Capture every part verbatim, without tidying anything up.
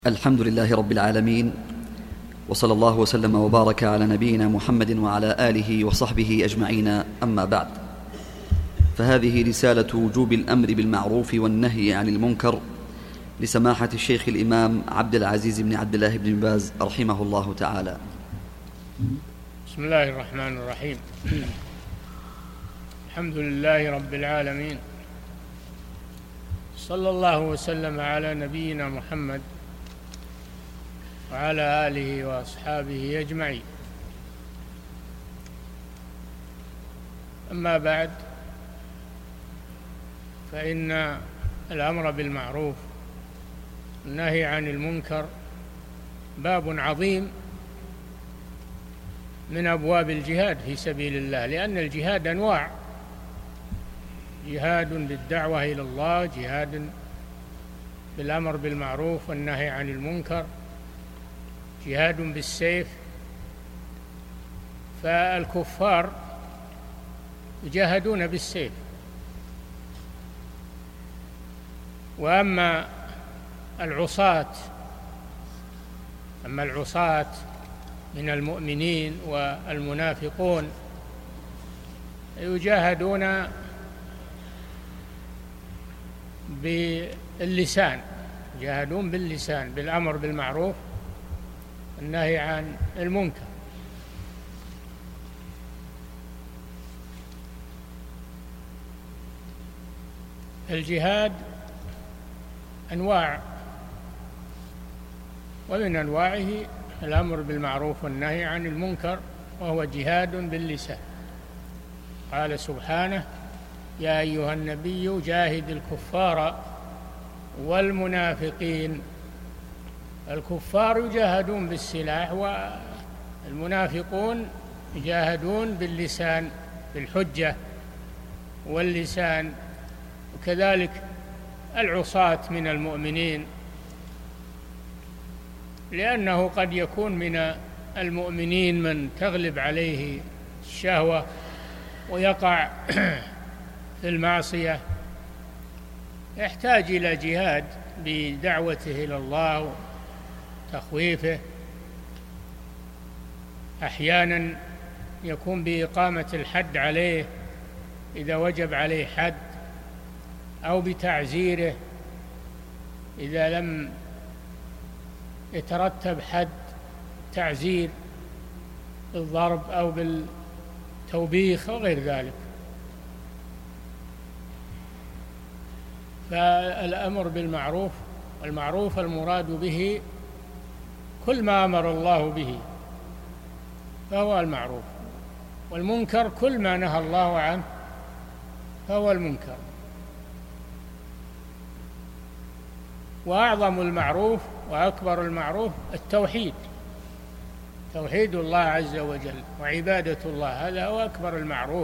الحمد لله رب العالمين، وصلى الله وسلم وبارك على نبينا محمد وعلى آله وصحبه أجمعين. أما بعد، فهذه رسالة وجوب الأمر بالمعروف والنهي عن المنكر لسماحة الشيخ الإمام عبد العزيز بن عبد الله بن باز رحمه الله تعالى. بسم الله الرحمن الرحيم. الحمد لله رب العالمين، صلى الله وسلم على نبينا محمد وعلى آله وأصحابه أجمعين. أما بعد، فإن الأمر بالمعروف والنهي عن المنكر باب عظيم من أبواب الجهاد في سبيل الله، لأن الجهاد أنواع: جهاد بالدعوة إلى الله، جهاد بالأمر بالمعروف والنهي عن المنكر، جهاد بالسيف. فالكفار يجاهدون بالسيف، وأما العصاة أما العصاة من المؤمنين والمنافقون يجاهدون باللسان، يجاهدون باللسان بالأمر بالمعروف النهي عن المنكر. الجهاد أنواع، ومن أنواعه الأمر بالمعروف والنهي عن المنكر، وهو جهاد باللسان. قال سبحانه: يا أيها النبي جاهد الكفار والمنافقين. الكفار يجاهدون بالسلاح، والمنافقون يجاهدون باللسان، بالحجة واللسان. وكذلك العصاة من المؤمنين، لأنه قد يكون من المؤمنين من تغلب عليه الشهوة ويقع في المعصية، يحتاج إلى جهاد بدعوته إلى الله وتخويفه. أحيانا يكون بإقامة الحد عليه إذا وجب عليه حد، أو بتعزيره إذا لم يترتب حد، تعزير بالضرب أو بالتوبيخ وغير ذلك. فالأمر بالمعروف، والمعروف المراد به كل ما أمر الله به فهو المعروف، والمنكر كل ما نهى الله عنه فهو المنكر. وأعظم المعروف وأكبر المعروف التوحيد، توحيد الله عز وجل وعبادة الله، هذا هو أكبر المعروف.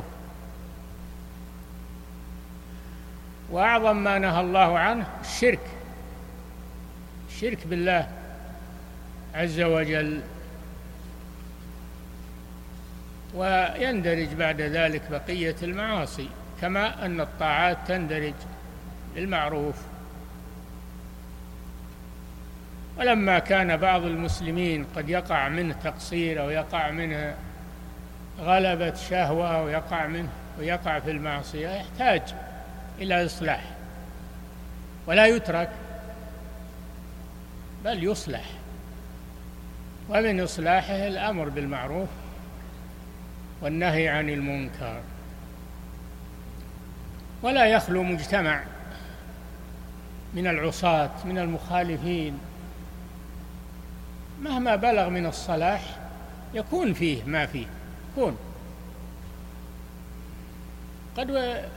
وأعظم ما نهى الله عنه الشرك، الشرك بالله عز وجل. ويندرج بعد ذلك بقية المعاصي، كما أن الطاعات تندرج بالمعروف. ولما كان بعض المسلمين قد يقع منه تقصير، أو يقع منه غلبة شهوة، أو يقع منه ويقع في المعصية، يحتاج إلى إصلاح، ولا يترك بل يصلح. ومن إصلاحه الأمر بالمعروف والنهي عن المنكر. ولا يخلو مجتمع من العصاة من المخالفين، مهما بلغ من الصلاح يكون فيه ما فيه، يكون قد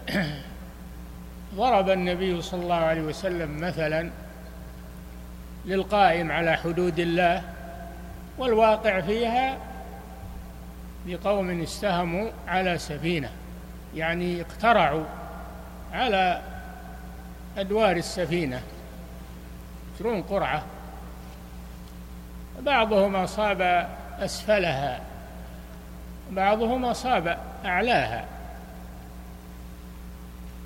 ضرب النبي صلى الله عليه وسلم مثلا للقائم على حدود الله والواقع فيها بقوم استهموا على سفينة، يعني اقترعوا على أدوار السفينة، يشرون قرعة، بعضهم أصاب أسفلها بعضهم أصاب أعلاها.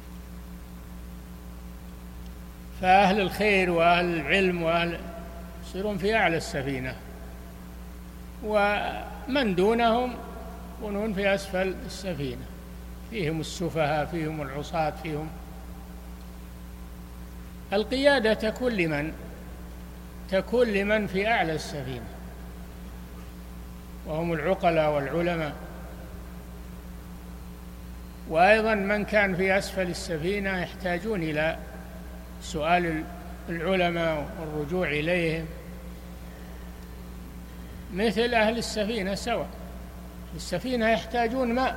فأهل الخير وأهل العلم وأهل يصيرون في أعلى السفينة، ومن دونهم يكونون في أسفل السفينة، فيهم السفهاء، فيهم العصاة، فيهم. القيادة تكون لمن؟ تكون لمن في أعلى السفينة، وهم العقلاء والعلماء. وأيضا من كان في أسفل السفينة يحتاجون إلى سؤال العلماء والرجوع إليهم، مثل أهل السفينة سواء. السفينة يحتاجون ماء،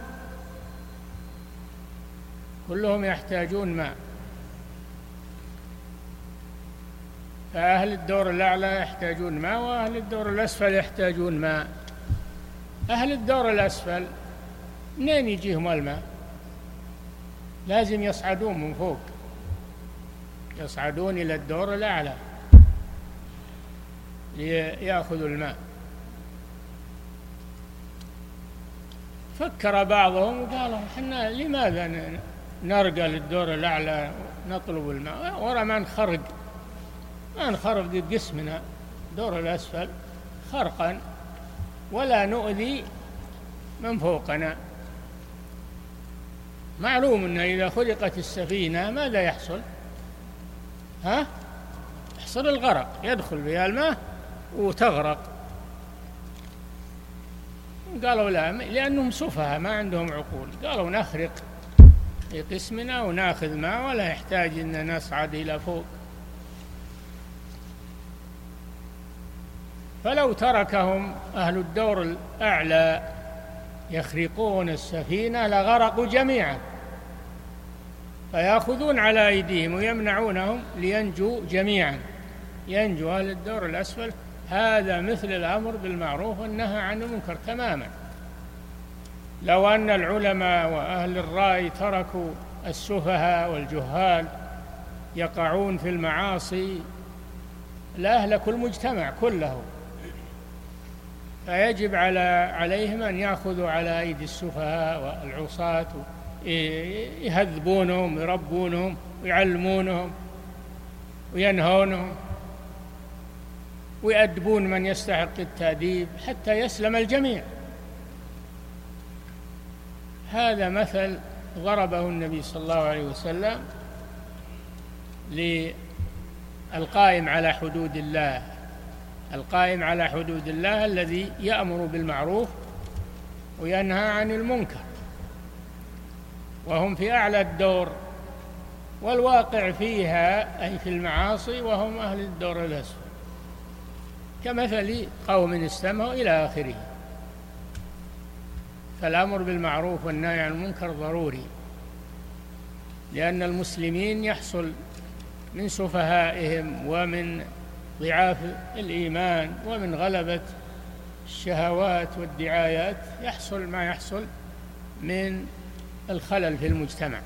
كلهم يحتاجون ماء، فأهل الدور الأعلى يحتاجون ماء، وأهل الدور الأسفل يحتاجون ماء. أهل الدور الأسفل منين يجيهم الماء؟ لازم يصعدون من فوق، يصعدون إلى الدور الأعلى ليأخذوا الماء. فكر بعضهم وقالوا حنا لماذا نرقى للدور الأعلى نطلب الماء ورا ما نخرق ما نخرق جسمنا دور الأسفل خرقا، ولا نؤذي من فوقنا. معلوم أن إذا خلقت السفينة ماذا يحصل؟ ها؟ يحصل الغرق، يدخل فيها الماء وتغرق. قالوا لا، لأنهم سفهاء ما عندهم عقول، قالوا نخرق في قسمنا وناخذ ماء ولا يحتاج أن نصعد إلى فوق. فلو تركهم أهل الدور الأعلى يخرقون السفينة لغرقوا جميعا، فيأخذون على أيديهم ويمنعونهم لينجوا جميعا، ينجو أهل الدور الأسفل. هذا مثل الأمر بالمعروف والنهي عن المنكر تماما. لو أن العلماء وأهل الرأي تركوا السفهاء والجهال يقعون في المعاصي لأهلكوا المجتمع كله. فيجب على عليهم أن يأخذوا على أيدي السفهاء والعصاة، يهذبونهم ويربونهم ويعلمونهم وينهونهم ويأدبون من يستحق التأديب حتى يسلم الجميع. هذا مثل ضربه النبي صلى الله عليه وسلم للقائم على حدود الله، القائم على حدود الله الذي يأمر بالمعروف وينهى عن المنكر، وهم في أعلى الدور، والواقع فيها أي في المعاصي وهم أهل الدور الأسفل، كمثل قوم استمعوا إلى آخره. فالأمر بالمعروف والنهي عن المنكر ضروري، لأن المسلمين يحصل من سفهائهم ومن ضعاف الإيمان ومن غلبة الشهوات والدعايات يحصل ما يحصل من الخلل في المجتمع.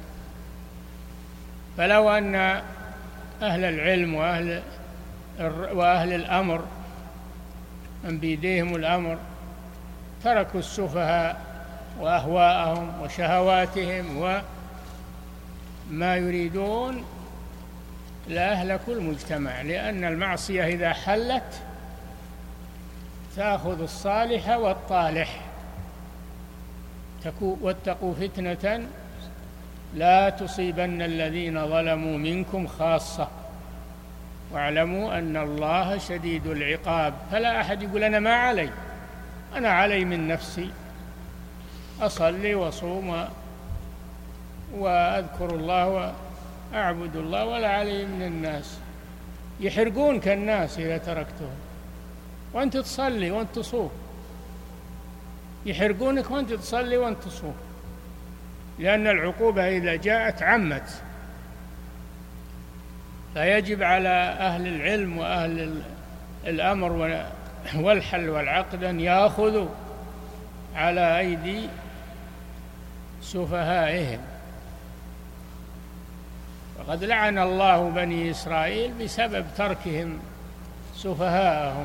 فلو أن أهل العلم وأهل وأهل الأمر من بيديهم الأمر تركوا السفهاء وأهواءهم وشهواتهم وما يريدون لأهلكوا المجتمع، لأن المعصية إذا حلت تأخذ الصالح والطالح. واتقوا فتنة لا تصيبن الذين ظلموا منكم خاصة واعلموا أن الله شديد العقاب. فلا أحد يقول أنا ما علي، أنا علي من نفسي، أصلي وصوم وأذكر الله وأعبد الله ولا علي من الناس. يحرقون كالناس إذا تركتهم، وأنت تصلي وأنت تصوم، يحرقونك وأنت تصلي وأنت تصوم، لأن العقوبة إذا جاءت عمت. فيجب على أهل العلم وأهل الأمر والحل والعقد أن يأخذوا على أيدي سفهائهم. وقد لعن الله بني إسرائيل بسبب تركهم سفهاءهم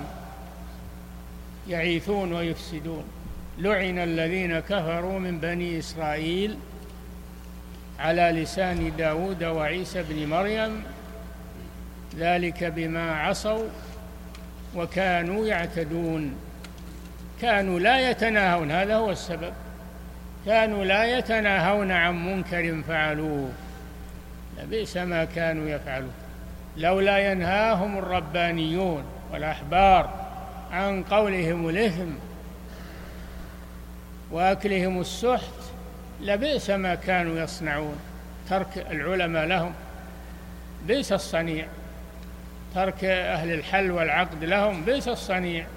يعيثون ويفسدون. لعن الذين كفروا من بني إسرائيل على لسان داود وعيسى بن مريم ذلك بما عصوا وكانوا يعتدون. كانوا لا يتناهون، هذا هو السبب، كانوا لا يتناهون عن منكر فعلوه، لبئس ما كانوا يفعلون. لولا ينهاهم الربانيون والأحبار عن قولهم الإثم وأكلهم السحت لبئس ما كانوا يصنعون. ترك العلماء لهم بئس الصنيع، ترك أهل الحل والعقد لهم بئس الصنيع.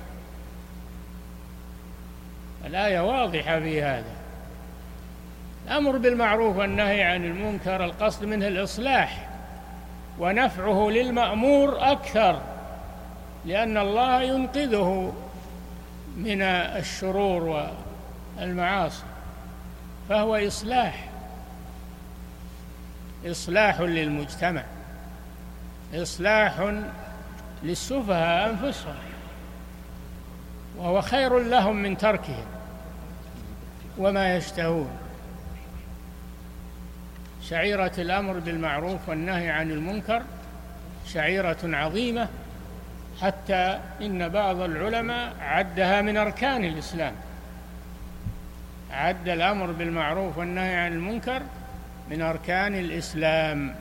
الآية واضحة في هذا. الأمر بالمعروف والنهي عن المنكر القصد منه الإصلاح، ونفعه للمأمور أكثر، لأن الله ينقذه من الشرور والمعاصي، فهو إصلاح إصلاح للمجتمع، إصلاح للسفهاء أنفسهم، وهو خير لهم من تركهم وما يشتهون. شعيرة الأمر بالمعروف والنهي عن المنكر شعيرة عظيمة، حتى إن بعض العلماء عدها من أركان الإسلام، عد الأمر بالمعروف والنهي عن المنكر من أركان الإسلام،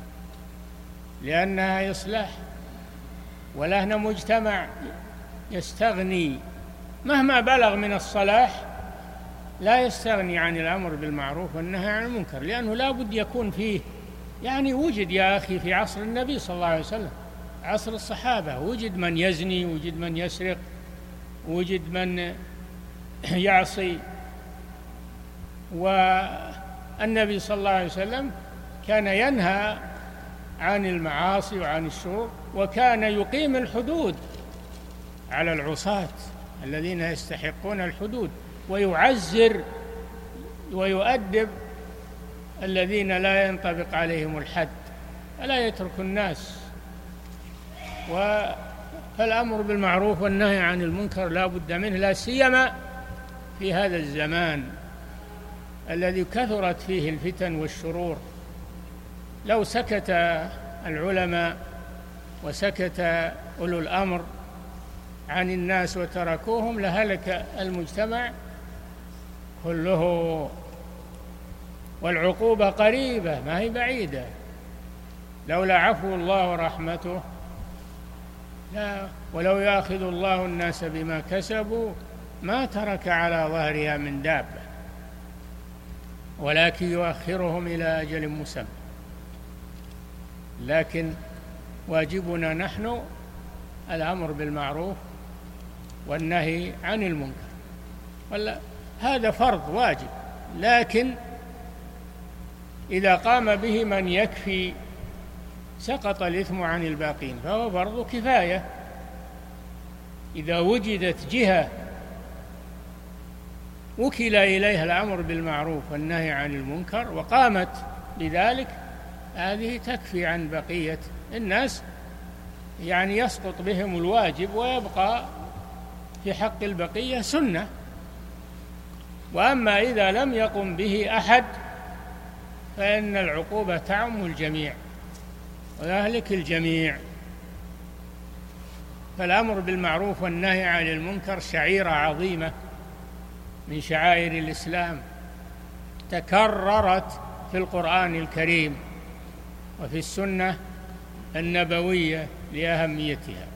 لأنها إصلاح. ولهنا مجتمع يستغني مهما بلغ من الصلاح، لا يستغني عن الأمر بالمعروف والنهي عن المنكر، لأنه لا بد يكون فيه، يعني وجد يا أخي في عصر النبي صلى الله عليه وسلم، عصر الصحابة، وجد من يزني، وجد من يسرق، وجد من يعصي، والنبي صلى الله عليه وسلم كان ينهى عن المعاصي وعن الشرور، وكان يقيم الحدود على العصاة الذين يستحقون الحدود، ويعزر ويؤدب الذين لا ينطبق عليهم الحد، فلا يترك الناس. فالأمر بالمعروف والنهي عن المنكر لا بد منه، لا سيما في هذا الزمان الذي كثرت فيه الفتن والشرور. لو سكت العلماء وسكت أولو الأمر عن الناس وتركوهم لهلك المجتمع كله. والعقوبة قريبة ما هي بعيدة، لولا عفو الله ورحمته لا ولو يأخذ الله الناس بما كسبوا ما ترك على ظهرها من دابة، ولكن يؤخرهم إلى أجل مسمى. لكن واجبنا نحن الأمر بالمعروف والنهي عن المنكر، ولا هذا فرض واجب، لكن إذا قام به من يكفي سقط الإثم عن الباقين، فهو فرض كفاية. إذا وجدت جهة وكل إليها الأمر بالمعروف والنهي عن المنكر وقامت بذلك، هذه تكفي عن بقية الناس، يعني يسقط بهم الواجب ويبقى في حق البقية سنة. وأما إذا لم يقم به أحد فإن العقوبة تعم الجميع ويهلك الجميع. فالأمر بالمعروف والنهي عن المنكر شعيرة عظيمة من شعائر الإسلام، تكررت في القرآن الكريم وفي السنة النبوية لأهميتها.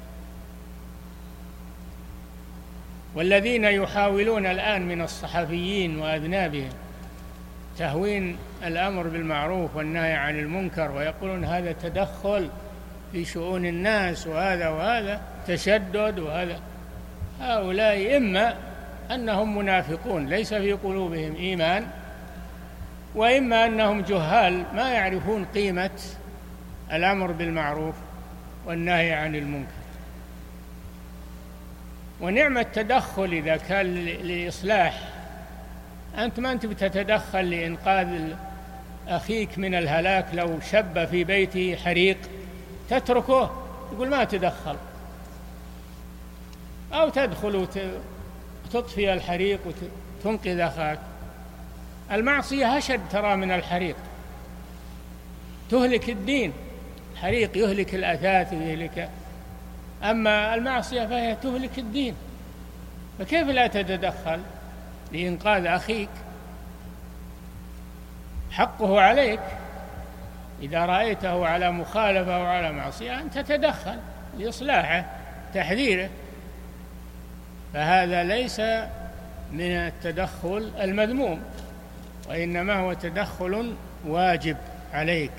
والذين يحاولون الآن من الصحفيين وأذنابهم تهوين الأمر بالمعروف والنهي عن المنكر، ويقولون هذا تدخل في شؤون الناس وهذا وهذا تشدد وهذا، هؤلاء إما أنهم منافقون ليس في قلوبهم إيمان، وإما أنهم جهال ما يعرفون قيمة الأمر بالمعروف والنهي عن المنكر. ونعم التدخل إذا كان لإصلاح، أنت ما أنت بتتدخل لإنقاذ أخيك من الهلاك، لو شب في بيته حريق تتركه يقول ما تدخل، أو تدخل وتطفي الحريق وتنقذ أخاك. المعصية أشد ترى من الحريق، تهلك الدين، الحريق يهلك الأثاث ويهلك أما المعصية فهي تهلك الدين، فكيف لا تتدخل لإنقاذ أخيك؟ حقه عليك إذا رأيته على مخالفة أو على معصية أن تتدخل لإصلاحه تحذيره، فهذا ليس من التدخل المذموم، وإنما هو تدخل واجب عليك،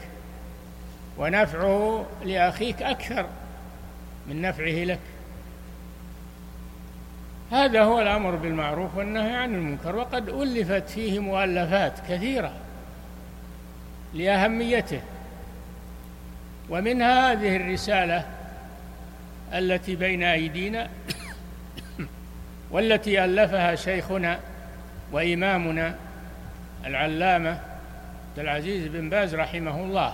ونفعه لأخيك أكثر من نفعه لك. هذا هو الأمر بالمعروف والنهي عن المنكر، وقد ألفت فيه مؤلفات كثيرة لأهميته، ومنها هذه الرسالة التي بين أيدينا والتي ألفها شيخنا وإمامنا العلامة عبد العزيز بن باز رحمه الله،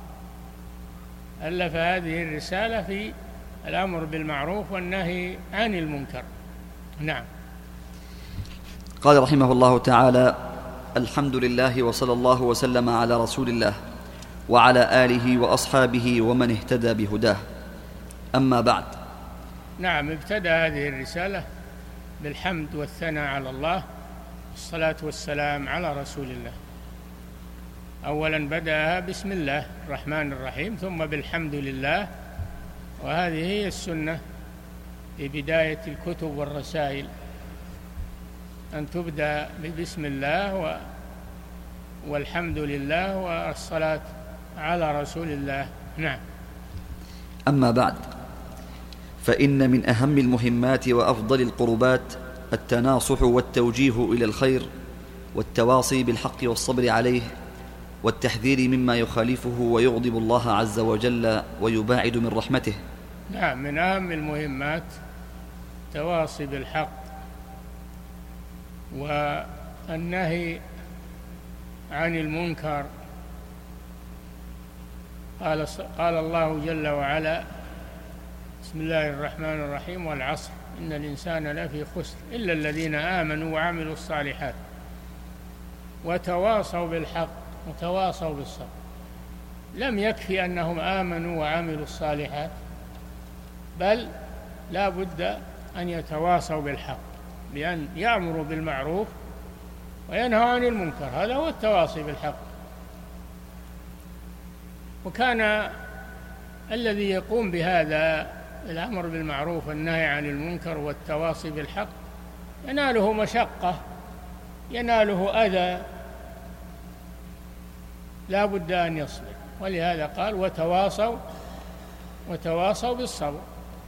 ألف هذه الرسالة في الأمر بالمعروف والنهي عن المنكر. نعم. قال رحمه الله تعالى: الحمد لله وصلى الله وسلم على رسول الله وعلى آله وأصحابه ومن اهتدى بهداه، أما بعد. نعم، ابتدأ هذه الرسالة بالحمد والثناء على الله والصلاة والسلام على رسول الله. أولا بدأها بسم الله الرحمن الرحيم، ثم بالحمد لله، وهذه هي السنة في بداية الكتب والرسائل، أن تبدأ ببسم الله و والحمد لله والصلاة على رسول الله. نعم. أما بعد، فإن من أهم المهمات وأفضل القربات التناصح والتوجيه إلى الخير والتواصي بالحق والصبر عليه والتحذير مما يخالفه ويغضب الله عز وجل ويباعد من رحمته. نعم، من أهم المهمات التواصي بالحق والنهي عن المنكر. قال قال الله جل وعلا: بسم الله الرحمن الرحيم: والعصر إن الإنسان لفي خسر إلا الذين آمنوا وعملوا الصالحات وتواصوا بالحق وتواصوا بالصبر. لم يكفي أنهم آمنوا وعملوا الصالحات، بل لا بد أن يتواصوا بالحق بأن يأمروا بالمعروف وينهوا عن المنكر. هذا هو التواصي بالحق. وكان الذي يقوم بهذا الأمر بالمعروف والنهي عن المنكر والتواصي بالحق يناله مشقة، يناله أذى، لا بد أن يصبر. ولهذا قال: وتواصوا وتواصوا بالصبر.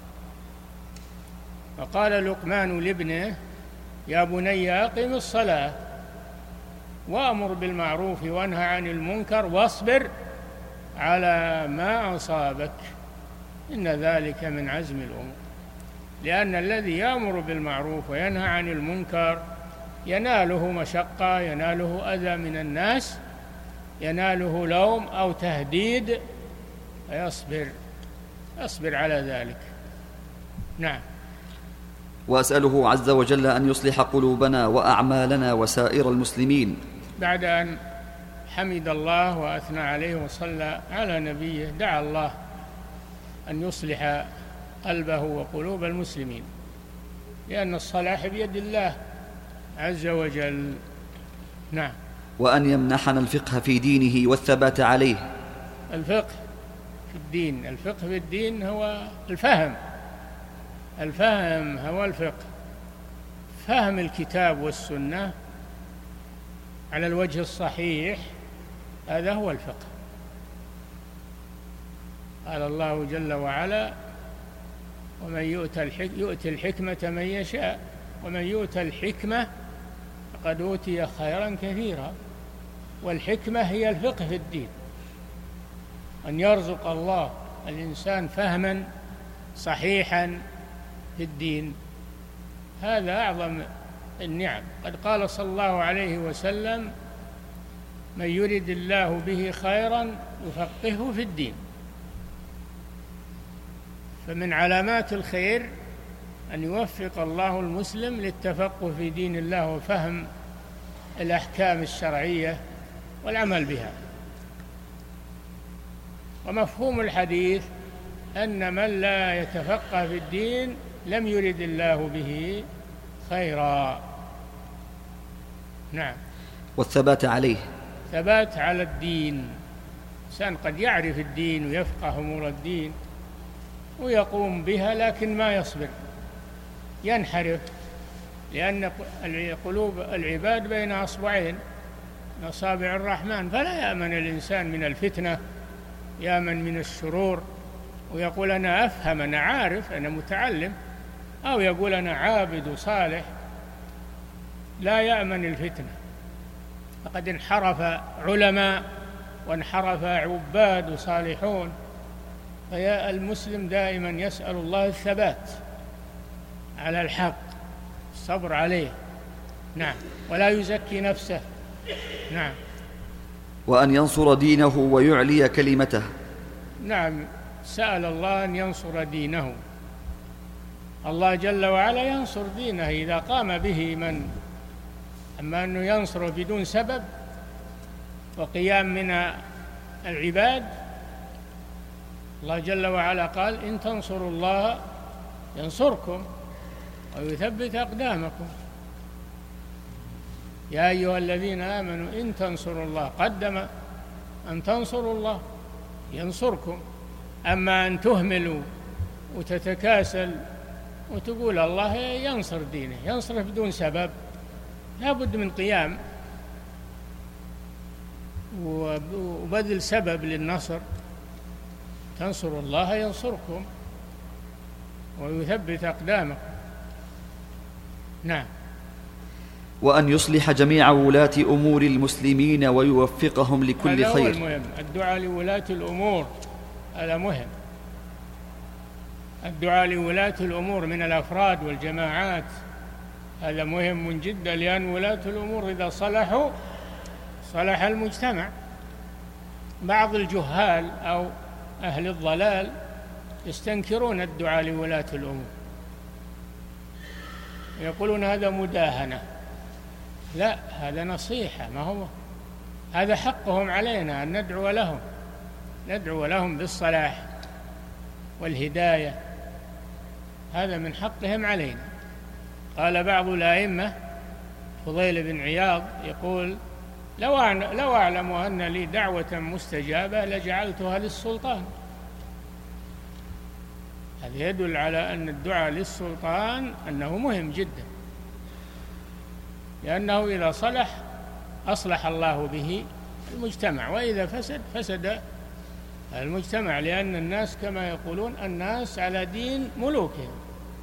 فقال لقمان لابنه: يا بني أقم الصلاة وأمر بالمعروف وانهى عن المنكر واصبر على ما أصابك إن ذلك من عزم الأمور. لأن الذي يأمر بالمعروف وينهى عن المنكر يناله مشقة، يناله أذى من الناس، يناله لوم أو تهديد، فيصبر يصبر على ذلك. نعم. وأسأله عز وجل أن يصلح قلوبنا وأعمالنا وسائر المسلمين. بعد أن حمد الله وأثنى عليه وصلى على نبيه، دعا الله أن يصلح قلبه وقلوب المسلمين، لأن الصلاح بيد الله عز وجل. نعم. وأن يمنحنا الفقه في دينه والثبات عليه. الفقه في الدين، الفقه في الدين هو الفهم، الفهم هو الفقه، فهم الكتاب والسنة على الوجه الصحيح، هذا هو الفقه. قال الله جل وعلا: ومن يؤت الحكمة من يشاء ومن يؤت الحكمة فقد أوتي خيرا كثيرا. والحكمة هي الفقه في الدين، أن يرزق الله الإنسان فهما صحيحا في الدين، هذا أعظم النعم. قد قال صلى الله عليه وسلم: من يرد الله به خيرا يفقهه في الدين. فمن علامات الخير أن يوفق الله المسلم للتفقه في دين الله وفهم الأحكام الشرعية والعمل بها. ومفهوم الحديث أن من لا يتفقه في الدين لم يرد الله به خيرا. نعم. والثبات عليه. ثبات على الدين. إنسان قد يعرف الدين ويفقه أمور الدين ويقوم بها لكن ما يصبر، ينحرف، لأن قلوب العباد بين أصبعين من أصابع الرحمن، فلا يأمن الإنسان من الفتنة، يأمن من الشرور، ويقول أنا أفهم، أنا عارف، أنا متعلم، أو يقول أنا عابد وصالح، لا يأمن الفتنة. فقد انحرف علماء وانحرف عباد وصالحون. فيا المسلم دائما يسأل الله الثبات على الحق، الصبر عليه. نعم. ولا يزكي نفسه. نعم. وأن ينصر دينه ويعلي كلمته. نعم. سأل الله أن ينصر دينه. الله جل وعلا ينصر دينه إذا قام به من. أما أنه ينصر بدون سبب وقيام من العباد، الله جل وعلا قال إن تنصروا الله ينصركم ويثبت أقدامكم. يا أيها الذين آمنوا إن تنصروا الله، قدم أن تنصروا الله ينصركم. أما أن تهملوا وتتكاسل وتقول الله ينصر دينه، ينصر بدون سبب، لا بد من قيام وبذل سبب للنصر. تنصروا الله ينصركم ويثبت أقدامكم. نعم. وأن يصلح جميع ولاة أمور المسلمين ويوفقهم لكل هذا خير. هو المهم. الدعاء لولاة الأمور هذا مهم. الدعاء لولاة الأمور من الأفراد والجماعات هذا مهم جدا، لأن ولاة الأمور إذا صلحوا صلح المجتمع. بعض الجهال أو أهل الضلال يستنكرون الدعاء لولاة الأمور، يقولون هذا مداهنة. لا، هذا نصيحة، ما هو هذا حقهم علينا أن ندعو لهم، ندعو لهم بالصلاح والهداية، هذا من حقهم علينا. قال بعض الأئمة فضيل بن عياض يقول لو لو أعلم أن لي دعوة مستجابة لجعلتها للسلطان. هذا يدل على أن الدعاء للسلطان أنه مهم جدا، لأنه إذا صلح أصلح الله به المجتمع، وإذا فسد فسد المجتمع، لأن الناس كما يقولون الناس على دين ملوكهم.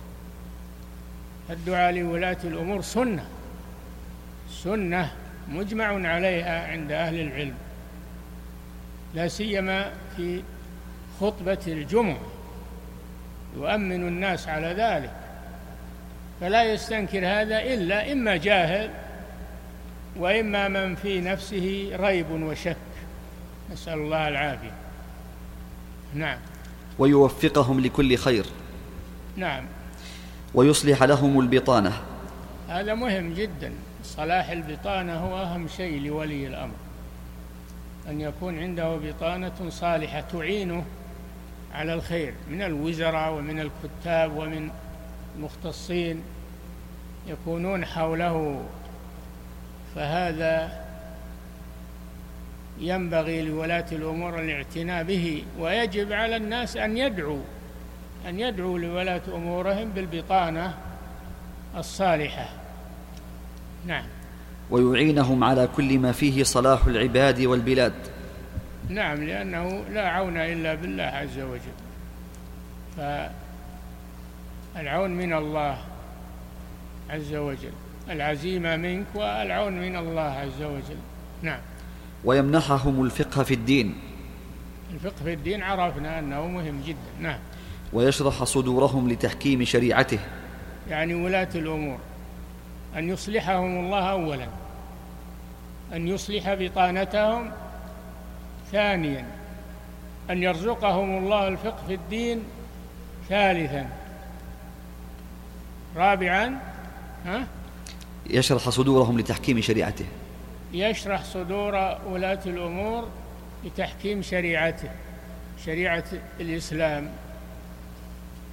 الدعاء لولاة الأمور سنة سنة مجمع عليها عند أهل العلم، لا سيما في خطبة الجمعة يؤمن الناس على ذلك، فلا يستنكر هذا إلا إما جاهل وإما من في نفسه ريب وشك، نسأل الله العافية. نعم. ويوفقهم لكل خير. نعم. ويصلح لهم البطانة. هذا مهم جدا. صلاح البطانة هو أهم شيء لولي الأمر، أن يكون عنده بطانة صالحة تعينه على الخير من الوزراء ومن الكتاب ومن المختصين يكونون حوله. فهذا ينبغي لولاة الأمور الاعتناء به، ويجب على الناس أن يدعوا أن يدعوا لولاة أمورهم بالبطانة الصالحة. نعم. ويعينهم على كل ما فيه صلاح العباد والبلاد. نعم، لأنه لا عون إلا بالله عز وجل، فالعون من الله عز وجل، العزيمة منك والعون من الله عز وجل. نعم. ويمنحهم الفقه في الدين. الفقه في الدين عرفنا أنه مهم جدا. نعم. ويشرح صدورهم لتحكيم شريعته. يعني ولاة الأمور أن يصلحهم الله أولا، أن يصلح بطانتهم ثانيا، أن يرزقهم الله الفقه في الدين ثالثا، رابعا ها؟ يشرح صدورهم لتحكيم شريعته. يشرح صدور ولاة الأمور لتحكيم شريعته، شريعة الإسلام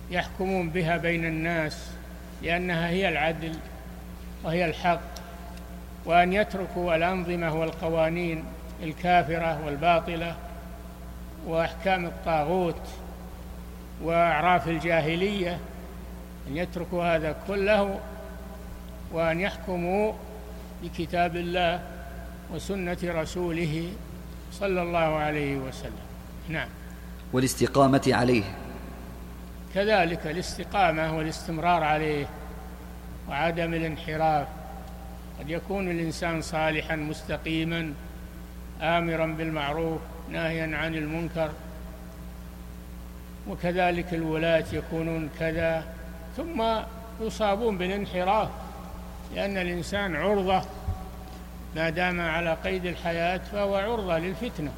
يحكمون بها بين الناس لأنها هي العدل وهي الحق، وأن يتركوا الأنظمة والقوانين الكافرة والباطلة وأحكام الطاغوت وأعراف الجاهلية، أن يتركوا هذا كله وأن يحكموا بكتاب الله وسنة رسوله صلى الله عليه وسلم. نعم. والاستقامة عليه، كذلك الاستقامة والاستمرار عليه وعدم الانحراف. قد يكون الإنسان صالحا مستقيما آمرا بالمعروف ناهيا عن المنكر، وكذلك الولاة يكونون كذا، ثم يصابون بالانحراف، لأن الإنسان عرضة ما دام على قيد الحياة فهو عرضة للفتنة،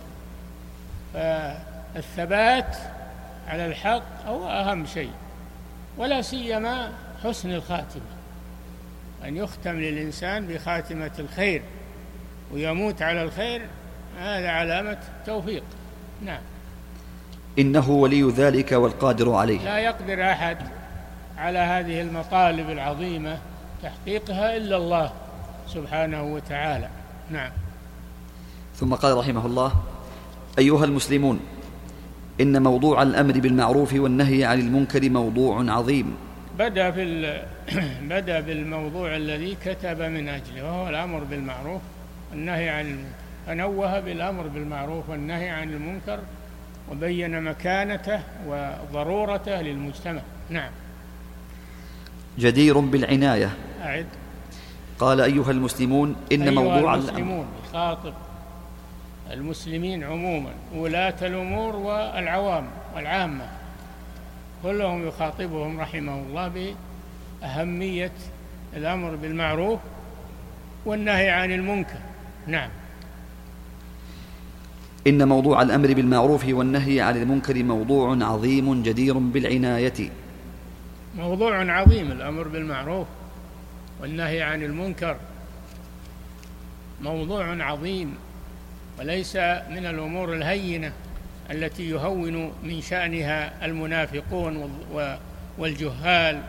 فالثبات على الحق هو أهم شيء، ولا سيما حسن الخاتمة، أن يختم للإنسان بخاتمة الخير ويموت على الخير، هذا علامة توفيق. نعم. إنه ولي ذلك والقادر عليه. لا يقدر أحد على هذه المطالب العظيمة تحقيقها إلا الله سبحانه وتعالى. نعم. ثم قال رحمه الله: أيها المسلمون، إن موضوع الأمر بالمعروف والنهي عن المنكر موضوع عظيم. بدأ في بدأ بالموضوع الذي كتب من أجله، وهو الأمر بالمعروف والنهي عن المنكر، فنوه بالأمر بالمعروف والنهي عن المنكر وبين مكانته وضرورته للمجتمع. نعم. جدير بالعناية. أعد. قال: أيها المسلمون، إن أيها موضوع المسلمون، يخاطب المسلمين عموما، ولاة الأمور والعوام والعامة، كلهم يخاطبهم رحمه الله بأهمية الأمر بالمعروف والنهي عن المنكر. نعم. إن موضوع الأمر بالمعروف والنهي عن المنكر موضوع عظيم جدير بالعناية. موضوع عظيم، الأمر بالمعروف والنهي عن المنكر موضوع عظيم، وليس من الأمور الهينة التي يهون من شأنها المنافقون والجهال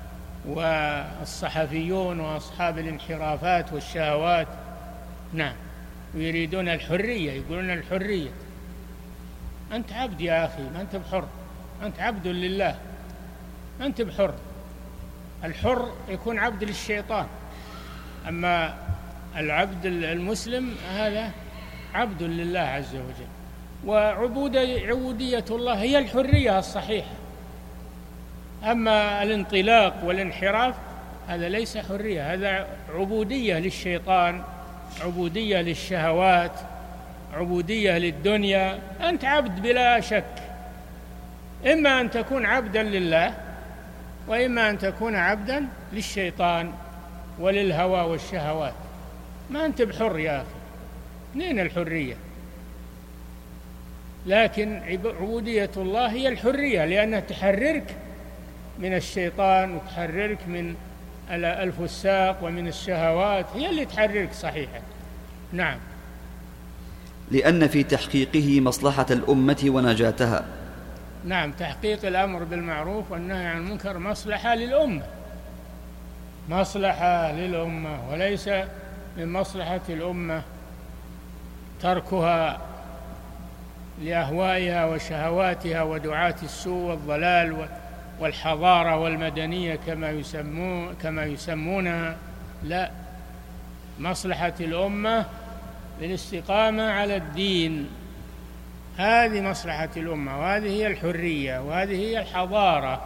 والصحفيون وأصحاب الانحرافات والشهوات. نعم. ويريدون الحرية، يقولون الحرية. أنت عبد يا أخي، ما أنت بحر، أنت عبد لله، ما أنت بحر. الحر يكون عبد للشيطان، أما العبد المسلم هذا عبد لله عز وجل. وعبودية الله هي الحرية الصحيحة، أما الانطلاق والانحراف هذا ليس حرية، هذا عبودية للشيطان، عبودية للشهوات، عبودية للدنيا. أنت عبد بلا شك، إما أن تكون عبدا لله وإما أن تكون عبدا للشيطان وللهوى والشهوات. ما أنت بحر يا أخي، منين الحرية؟ لكن عبودية الله هي الحرية، لأنها تحررك من الشيطان وتحررك من الفساق ومن الشهوات، هي اللي تحررك صحيحا. نعم. لأن في تحقيقه مصلحة الأمة ونجاتها. نعم. تحقيق الأمر بالمعروف والنهي عن المنكر مصلحة للأمة، مصلحة للأمة، وليس من مصلحة الأمة تركها لأهوائها وشهواتها ودعاة السوء والضلال والحضارة والمدنية كما يسمون كما يسمونها. لا، مصلحة الأمة بالاستقامة على الدين، هذه مصلحة الأمة، وهذه هي الحرية، وهذه هي الحضارة،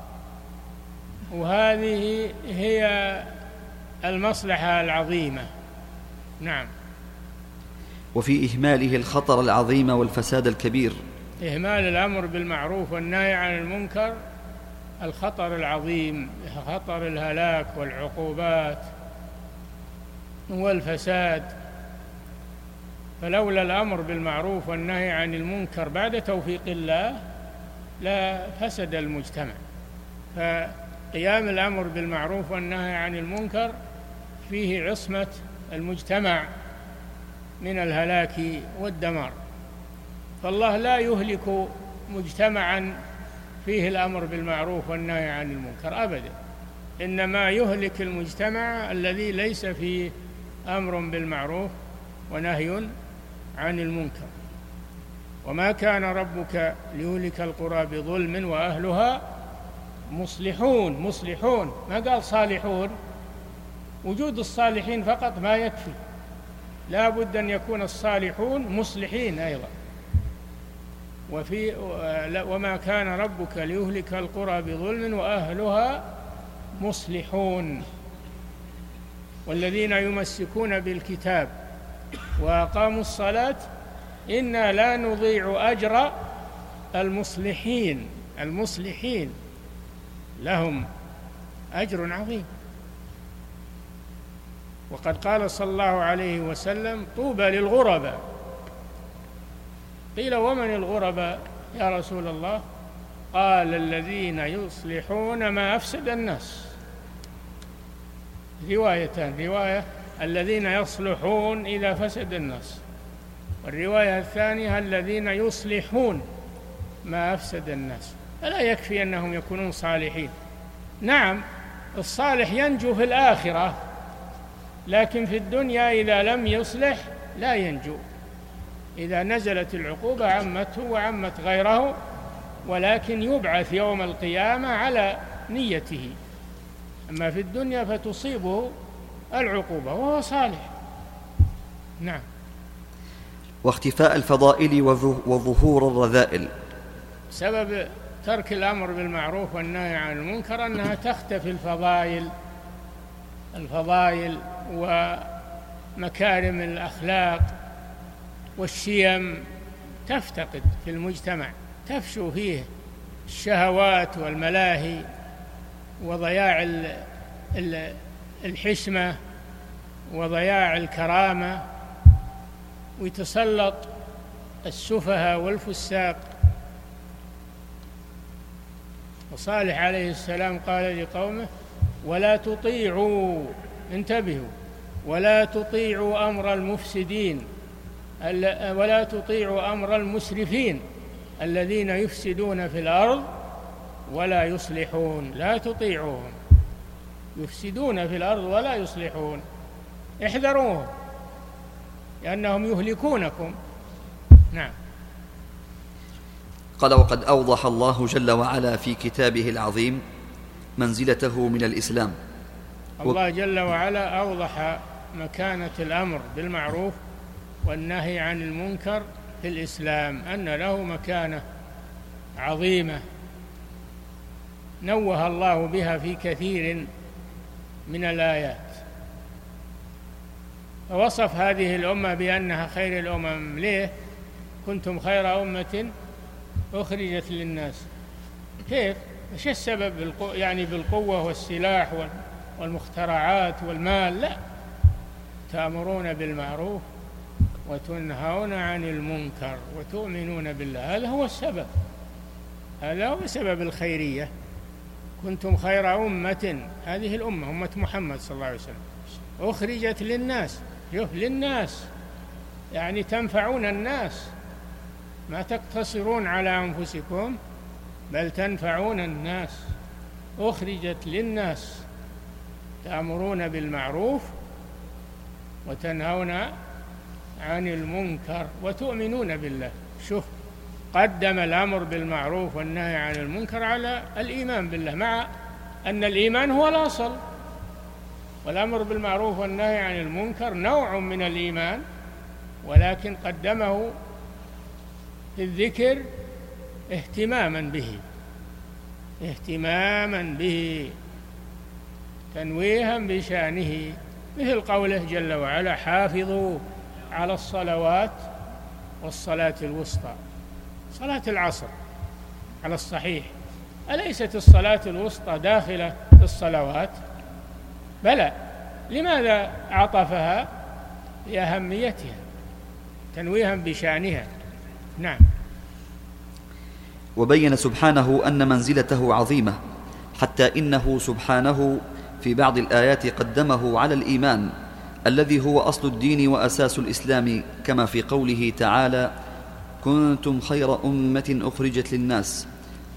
وهذه هي المصلحة العظيمة. نعم. وفي إهماله الخطر العظيم والفساد الكبير. إهمال الأمر بالمعروف والنهي عن المنكر الخطر العظيم، خطر الهلاك والعقوبات والفساد. فلولا الأمر بالمعروف والنهي عن المنكر بعد توفيق الله لا فسد المجتمع. فقيام الأمر بالمعروف والنهي عن المنكر فيه عصمة المجتمع من الهلاك والدمار. فالله لا يهلك مجتمعا فيه الأمر بالمعروف والنهي عن المنكر أبدا، إنما يهلك المجتمع الذي ليس فيه أمر بالمعروف ونهي عن المنكر. وما كان ربك ليهلك القرى بظلم وأهلها مصلحون. مصلحون، ما قال صالحون. وجود الصالحين فقط ما يكفي، لا بد أن يكون الصالحون مصلحين أيضا. وفي وما كان ربك ليهلك القرى بظلم وأهلها مصلحون. والذين يمسكون بالكتاب وأقاموا الصلاة إنا لا نضيع أجر المصلحين. المصلحين لهم أجر عظيم. وقد قال صلى الله عليه وسلم طوبى للغرباء. قيل ومن الغرباء يا رسول الله؟ قال الذين يصلحون ما أفسد الناس. روايتان، رواية الذين يصلحون إذا فسد الناس، والرواية الثانية الذين يصلحون ما أفسد الناس. فلا يكفي أنهم يكونون صالحين. نعم الصالح ينجو في الآخرة، لكن في الدنيا إذا لم يصلح لا ينجو. إذا نزلت العقوبة عمته وعمت غيره، ولكن يبعث يوم القيامة على نيته. أما في الدنيا فتصيبه العقوبة وهو صالح. نعم. واختفاء الفضائل وظهور الرذائل. سبب ترك الأمر بالمعروف والنهي عن المنكر أنها تختفي الفضائل الفضائل ومكارم الأخلاق والشيم، تفتقد في المجتمع، تفشو فيه الشهوات والملاهي وضياع الحشمة وضياع الكرامة، ويتسلط السفهاء والفساق. وصالح عليه السلام قال لقومه ولا تطيعوا، انتبهوا، ولا تطيعوا أمر المفسدين ولا تطيعوا أمر المسرفين الذين يفسدون في الأرض ولا يصلحون. لا تطيعوهم، يفسدون في الأرض ولا يصلحون، احذروهم لأنهم يهلكونكم. نعم. قال وقد أوضح الله جل وعلا في كتابه العظيم منزلته من الإسلام. الله جل وعلا أوضح مكانة الأمر بالمعروف والنهي عن المنكر في الإسلام، أن له مكانة عظيمة نوه الله بها في كثير من الآيات. فوصف هذه الأمة بأنها خير الأمم. ليه؟ كنتم خير أمة أخرجت للناس. كيف؟ إيش السبب؟ يعني بالقوة والسلاح والمخترعات والمال؟ لا، تأمرون بالمعروف وتنهون عن المنكر وتؤمنون بالله. هذا هو السبب، هذا هو سبب الخيرية. كنتم خير أمة، هذه الأمة أمة محمد صلى الله عليه وسلم، أخرجت للناس. للناس يعني تنفعون الناس، ما تقتصرون على أنفسكم بل تنفعون الناس. أخرجت للناس، تأمرون بالمعروف وتنهون عن المنكر وتؤمنون بالله. شوف، قدم الأمر بالمعروف والنهي عن المنكر على الإيمان بالله، مع أن الإيمان هو الأصل، والأمر بالمعروف والنهي عن المنكر نوع من الإيمان، ولكن قدمه في الذكر اهتماما به اهتماما به تنويها بشأنه، مثل قوله جل وعلا حافظوا على الصلوات والصلاة الوسطى. صلاة العصر على الصحيح، أليست الصلاة الوسطى داخلة في الصلوات؟ بلى. لماذا عطفها؟ لأهميتها، تنويها بشأنها. نعم. وبين سبحانه أن منزلته عظيمة، حتى إنه سبحانه في بعض الآيات قدمه على الإيمان الذي هو أصل الدين وأساس الإسلام، كما في قوله تعالى كنتم خير أمة أخرجت للناس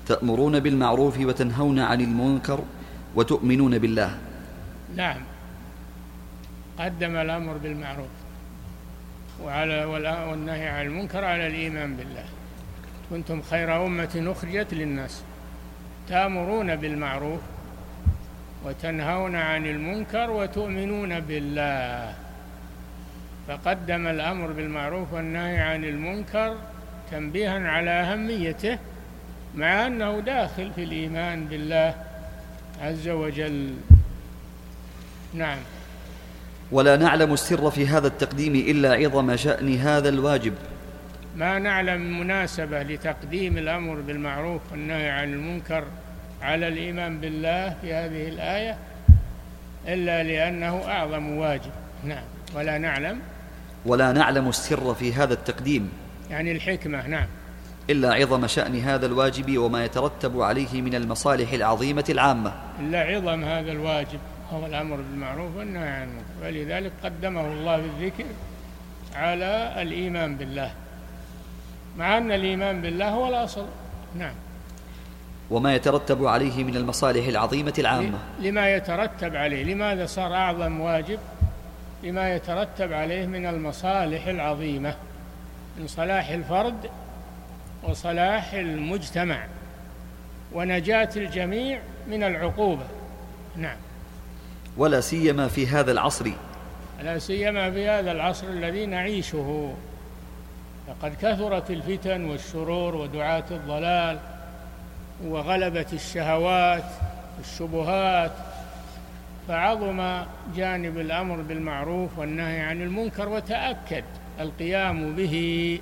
تأمرون بالمعروف وتنهون عن المنكر وتؤمنون بالله. نعم، قدم الأمر بالمعروف وعلى والنهي عن المنكر على الإيمان بالله. كنتم خير أمة أخرجت للناس تأمرون بالمعروف وتنهون عن المنكر وتؤمنون بالله. فقدم الأمر بالمعروف والنهي عن المنكر تنبيها على أهميته، مع أنه داخل في الإيمان بالله عز وجل. نعم. ولا نعلم السر في هذا التقديم إلا عظم شأن هذا الواجب. ما نعلم مناسبة لتقديم الأمر بالمعروف والنهي عن المنكر على الإيمان بالله في هذه الآية إلا لأنه أعظم واجب. نعم. ولا نعلم ولا نعلم السر في هذا التقديم، يعني الحكمة. نعم. إلا عظم شأن هذا الواجب وما يترتب عليه من المصالح العظيمة العامة. إلا عظم هذا الواجب هو الأمر بالمعروف والنهي عن المنكر، ولذلك قدمه الله بالذكر على الإيمان بالله، مع أن الإيمان بالله هو الأصل. نعم. وما يترتب عليه من المصالح العظيمة العامة. لما يترتب عليه، لماذا صار أعظم واجب؟ لما يترتب عليه من المصالح العظيمة، من صلاح الفرد وصلاح المجتمع ونجاة الجميع من العقوبة. نعم. ولا سيما في هذا العصر لا سيما في هذا العصر الذي نعيشه، لقد كثرت الفتن والشرور ودعاة الضلال وغلبة الشهوات والشبهات، فعظم جانب الأمر بالمعروف والنهي عن المنكر وتأكد القيام به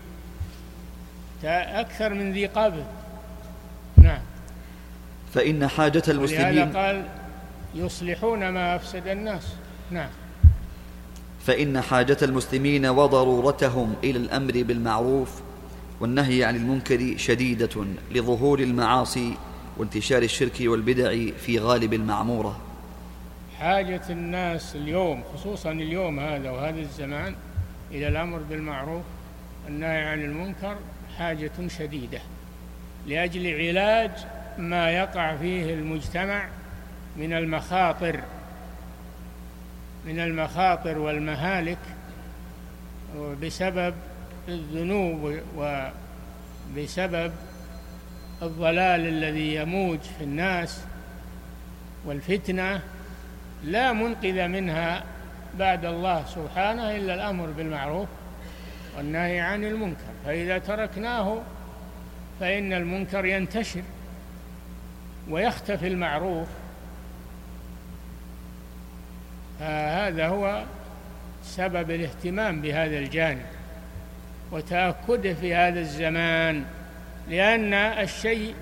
أكثر من ذي قبل. نعم. فإن حاجة المسلمين، ولهذا قال يصلحون ما أفسد الناس. نعم. فإن حاجة المسلمين وضرورتهم إلى الأمر بالمعروف والنهي عن المنكر شديدة لظهور المعاصي وانتشار الشرك والبدع في غالب المعمورة. حاجة الناس اليوم، خصوصا اليوم هذا وهذا الزمان، إلى الأمر بالمعروف والنهي عن المنكر حاجة شديدة لأجل علاج ما يقع فيه المجتمع من المخاطر من المخاطر والمهالك بسبب الذنوب وبسبب الضلال الذي يموج في الناس والفتنة لا منقذ منها بعد الله سبحانه إلا الأمر بالمعروف والنهي عن المنكر. فإذا تركناه فإن المنكر ينتشر ويختفي المعروف. هذا هو سبب الاهتمام بهذا الجانب وتأكده في هذا الزمان، لأن الشيء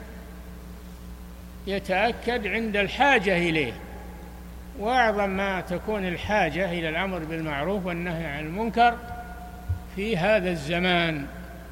يتأكد عند الحاجة إليه، وأعظم ما تكون الحاجة إلى الأمر بالمعروف والنهي عن المنكر في هذا الزمان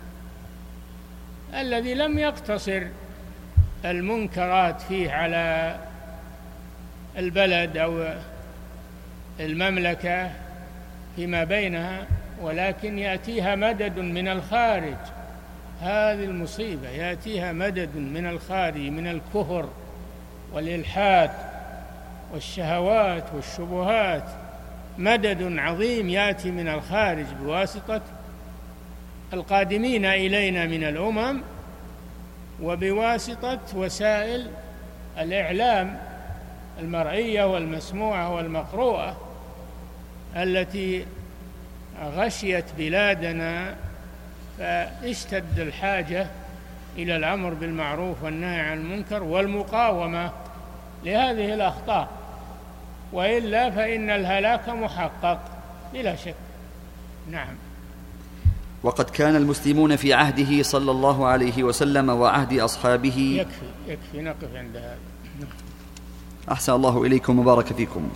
الذي لم يقتصر المنكرات فيه على البلد أو المملكة فيما بينها، ولكن يأتيها مدد من الخارج. هذه المصيبة يأتيها مدد من الخارج من الكفر والإلحاد والشهوات والشبهات، مدد عظيم يأتي من الخارج بواسطة القادمين إلينا من الأمم وبواسطة وسائل الإعلام المرئية والمسموعة والمقروءة التي غشيت بلادنا، فاشتد الحاجة إلى الأمر بالمعروف والنهي عن المنكر والمقاومة لهذه الأخطاء، وإلا فإن الهلاك محقق بلا شك. نعم. وقد كان المسلمون في عهده صلى الله عليه وسلم وعهد أصحابه. يكفي يكفي نقف عند هذا. أحسن الله إليكم وبارك فيكم.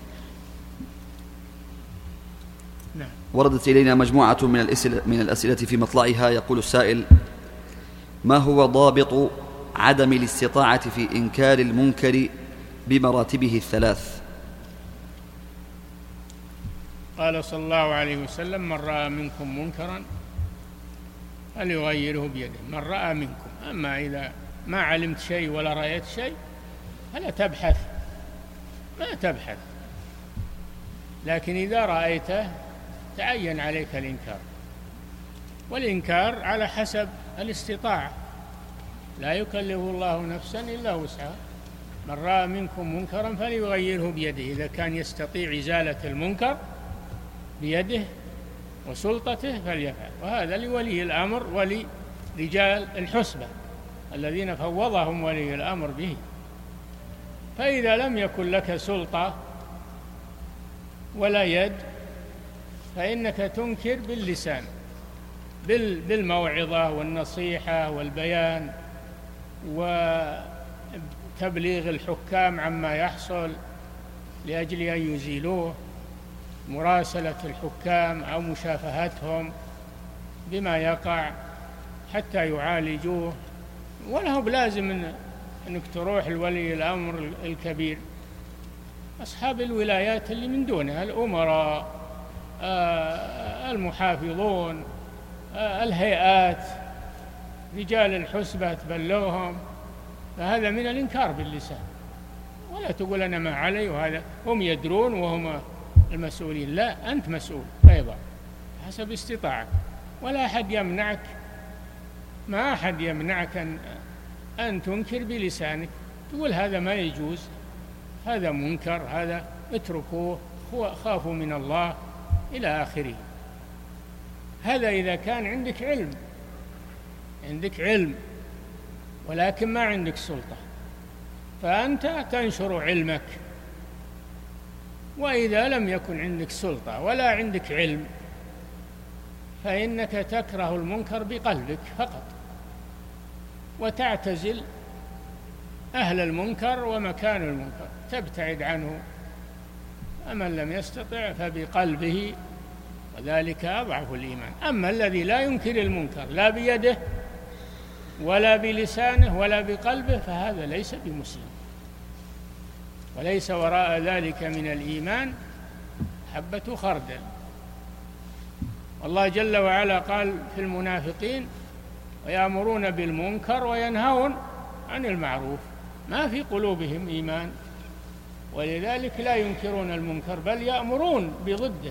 نعم. وردت إلينا مجموعة من الأسئلة, من الأسئلة في مطلعها. يقول السائل: ما هو ضابط عدم الاستطاعة في إنكار المنكر بمراتبه الثلاث؟ قال صلى الله عليه وسلم: من رأى منكم منكرا فليغيره بيده، من رأى منكم. أما إذا ما علمت شيء ولا رأيت شيء فلا تبحث، ما تبحث. لكن إذا رأيته تعين عليك الإنكار، والإنكار على حسب الاستطاعة، لا يكلف الله نفسا إلا وسعها. من رأى منكم منكرا فليغيره بيده، إذا كان يستطيع إزالة المنكر بيده وسلطته فليفعل. وهذا لولي الأمر ولرجال الحسبة الذين فوضهم ولي الأمر به. فإذا لم يكن لك سلطة ولا يد فإنك تنكر باللسان، بالموعظة والنصيحة والبيان وتبليغ الحكام عما يحصل لأجل أن يزيلوه، مراسلة الحكام أو مشافهتهم بما يقع حتى يعالجوه. ولا هو بلازم أنك تروح لولي الأمر الكبير، أصحاب الولايات اللي من دونها، الأمراء، المحافظون، الهيئات، رجال الحسبة تبلغهم، فهذا من الإنكار باللسان. ولا تقول أنا ما علي وهذا هم يدرون وهم المسؤولين، لا، أنت مسؤول أيضا حسب استطاعتك، ولا أحد يمنعك، ما أحد يمنعك أن, أن تنكر بلسانك، تقول هذا ما يجوز، هذا منكر، هذا اتركوه، خافوا من الله إلى آخره. هذا إذا كان عندك علم، عندك علم ولكن ما عندك سلطة، فأنت تنشر علمك. وإذا لم يكن عندك سلطة ولا عندك علم فإنك تكره المنكر بقلبك فقط، وتعتزل أهل المنكر ومكان المنكر، تبتعد عنه. أما لم يستطع فبقلبه، وذلك أضعف الإيمان. أما الذي لا ينكر المنكر لا بيده ولا بلسانه ولا بقلبه فهذا ليس بمسلم، وليس وراء ذلك من الإيمان حبة خردل. الله جل وعلا قال في المنافقين: ويأمرون بالمنكر وينهون عن المعروف، ما في قلوبهم إيمان، ولذلك لا ينكرون المنكر بل يأمرون بضده.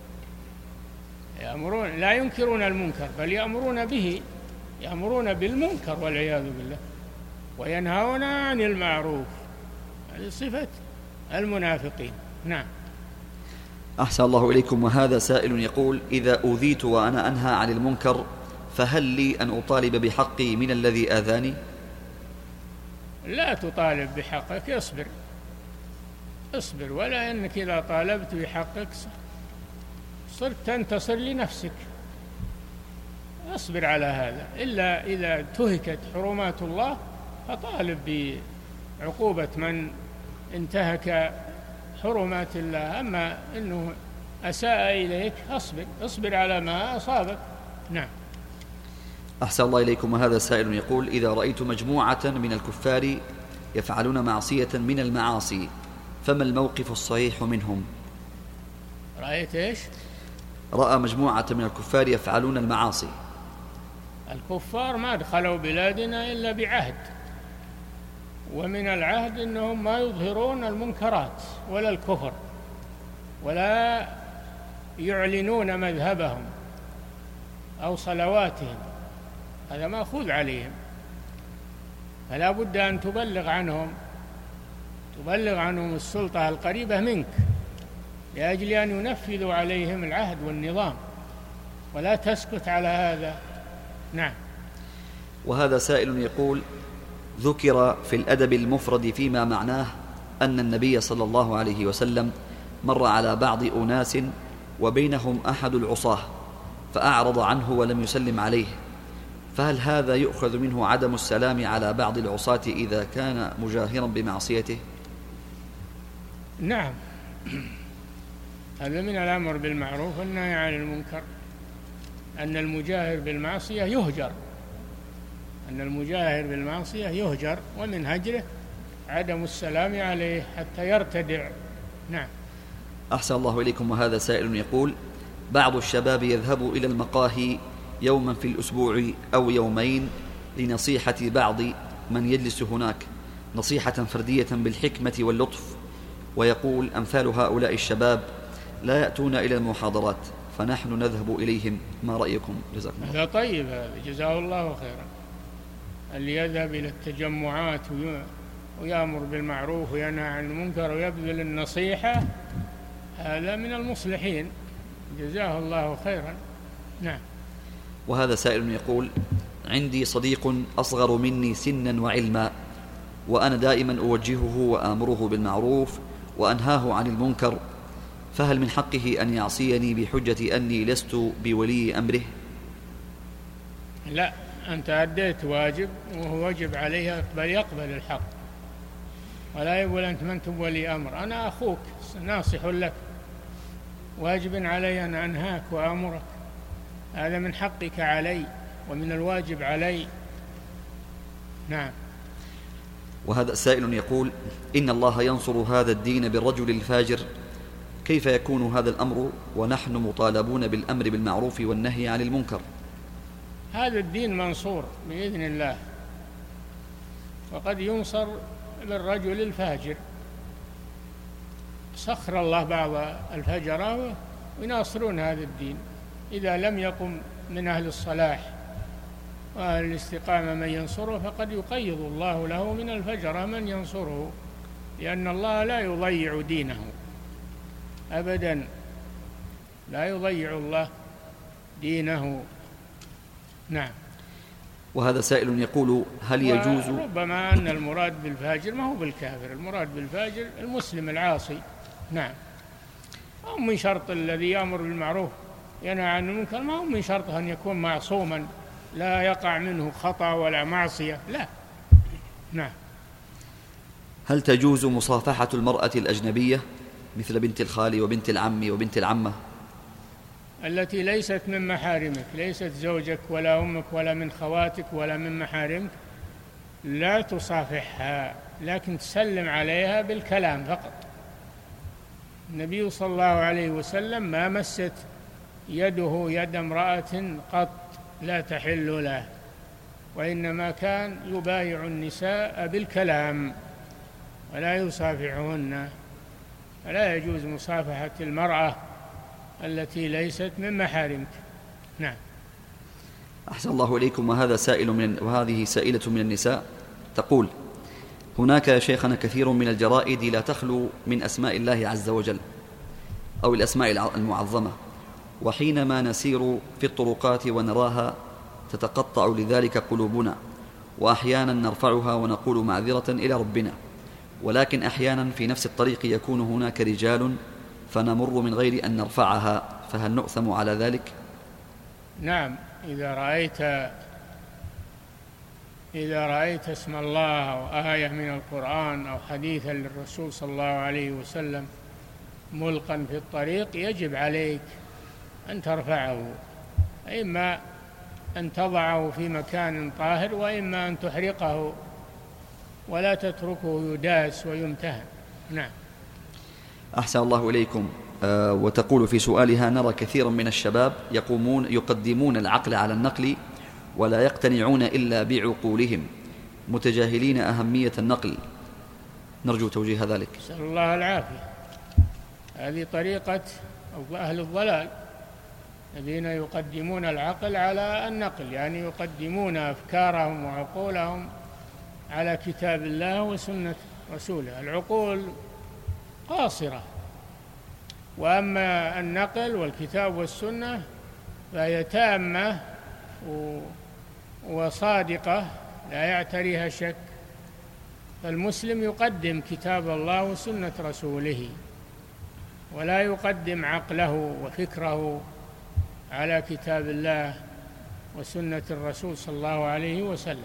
يأمرون، لا ينكرون المنكر بل يأمرون به، يأمرون بالمنكر والعياذ بالله، وينهون عن المعروف. هذه صفة المنافقين. نعم. أحسن الله إليكم. وهذا سائل يقول: إذا أوذيت وأنا أنهى عن المنكر فهل لي أن أطالب بحقي من الذي آذاني؟ لا تطالب بحقك، اصبر اصبر، ولا أنك إذا طالبت بحقك صرت تنتصر لنفسك. اصبر على هذا، إلا إذا تهكت حرمات الله فطالب بعقوبة من انتهك حرمات الله. أما أنه أساء إليك اصبر اصبر على ما أصابك. نعم. أحسن الله إليكم. وهذا سائل يقول: إذا رأيت مجموعة من الكفار يفعلون معصية من المعاصي فما الموقف الصحيح منهم؟ رأيت إيش؟ رأى مجموعة من الكفار يفعلون المعاصي. الكفار ما دخلوا بلادنا إلا بعهد، ومن العهد أنهم ما يظهرون المنكرات ولا الكفر ولا يعلنون مذهبهم أو صلواتهم، هذا مأخوذ عليهم. فلا بد أن تبلغ عنهم تبلغ عنهم السلطة القريبة منك لأجل أن ينفذوا عليهم العهد والنظام، ولا تسكت على هذا. نعم. وهذا سائل يقول: ذكر في الأدب المفرد فيما معناه أن النبي صلى الله عليه وسلم مر على بعض أناس وبينهم أحد العصاة فأعرض عنه ولم يسلم عليه، فهل هذا يؤخذ منه عدم السلام على بعض العصاة إذا كان مجاهرا بمعصيته؟ نعم، هذا من الأمر بالمعروف والنهي عن المنكر، أن المجاهر بالمعصية يهجر أن المجاهر بالمعصية يهجر ومن هجره عدم السلام عليه حتى يرتدع. نعم. أحسن الله إليكم. وهذا سائل يقول: بعض الشباب يذهب إلى المقاهي يوما في الأسبوع أو يومين لنصيحة بعض من يجلس هناك نصيحة فردية بالحكمة واللطف، ويقول أمثال هؤلاء الشباب لا يأتون إلى المحاضرات فنحن نذهب إليهم، ما رأيكم؟ جزاكم الله. هذا طيب، هذا جزاه الله خيرا. اللي يذهب إلى التجمعات ويأمر بالمعروف وينهى عن المنكر ويبذل النصيحة، هذا من المصلحين، جزاه الله خيرا. نعم. وهذا سائل يقول: عندي صديق أصغر مني سنا وعلما، وأنا دائما أوجهه وآمره بالمعروف وأنهاه عن المنكر، فهل من حقه أن يعصيني بحجة أني لست بولي أمره؟ لا، أنت أديت واجب وهو واجب عليه بل يقبل الحق، ولا يقول أنت من أنت ولي أمر، أنا أخوك ناصح لك، واجب علي أن أنهاك وأمرك، هذا من حقك علي ومن الواجب علي. نعم. وهذا سائل يقول: إن الله ينصر هذا الدين بالرجل الفاجر، كيف يكون هذا الأمر ونحن مطالبون بالأمر بالمعروف والنهي عن المنكر؟ هذا الدين منصور بإذن الله، وقد ينصر بالرجل الفاجر، سخر الله بعض الفجرة ويناصرون هذا الدين إذا لم يقم من أهل الصلاح وأهل الاستقامة من ينصره، فقد يقيض الله له من الفجرة من ينصره، لأن الله لا يضيع دينه أبدا، لا يضيع الله دينه. نعم. وهذا سائل يقول: هل يجوز؟ ربما أن المراد بالفاجر ما هو بالكافر، المراد بالفاجر المسلم العاصي. نعم. ما هو من شرط الذي يأمر بالمعروف ينهى عن المنكر، ما هو من شرط أن يكون معصوما لا يقع منه خطأ ولا معصية، لا. نعم. هل تجوز مصافحة المرأة الأجنبية مثل بنت الخال وبنت العم وبنت العمة؟ التي ليست من محارمك، ليست زوجك ولا أمك ولا من خواتك ولا من محارمك، لا تصافحها، لكن تسلم عليها بالكلام فقط. النبي صلى الله عليه وسلم ما مست يده يد امرأة قط لا تحل له، وإنما كان يبايع النساء بالكلام ولا يصافحهن، فلا يجوز مصافحة المرأة التي ليست من محارمك. نعم. أحسن الله إليكم. وهذا سائل من وهذه سائلة من النساء تقول: هناك يا شيخنا كثير من الجرائد لا تخلو من أسماء الله عز وجل أو الأسماء المعظمة، وحينما نسير في الطرقات ونراها تتقطع لذلك قلوبنا، وأحيانا نرفعها ونقول معذرة إلى ربنا، ولكن أحيانا في نفس الطريق يكون هناك رجال فنمر من غير أن نرفعها، فهل نؤثم على ذلك؟ نعم. إذا رأيت إذا رأيت اسم الله أو آية من القرآن أو حديثا للرسول صلى الله عليه وسلم ملقا في الطريق، يجب عليك أن ترفعه، إما أن تضعه في مكان طاهر وإما أن تحرقه ولا تتركه يداس ويمتهن. نعم. أحسن الله إليكم. أه وتقول في سؤالها: نرى كثيرا من الشباب يقومون يقدمون العقل على النقل ولا يقتنعون إلا بعقولهم، متجاهلين أهمية النقل، نرجو توجيه ذلك. نسأل الله العافية. هذه طريقة أهل الضلال الذين يقدمون العقل على النقل، يعني يقدمون أفكارهم وعقولهم على كتاب الله وسنة رسوله. العقول قاصرة، وأما النقل والكتاب والسنة فهي تامة وصادقة لا يعتريها شك. فالمسلم يقدم كتاب الله وسنة رسوله، ولا يقدم عقله وفكره على كتاب الله وسنة الرسول صلى الله عليه وسلم.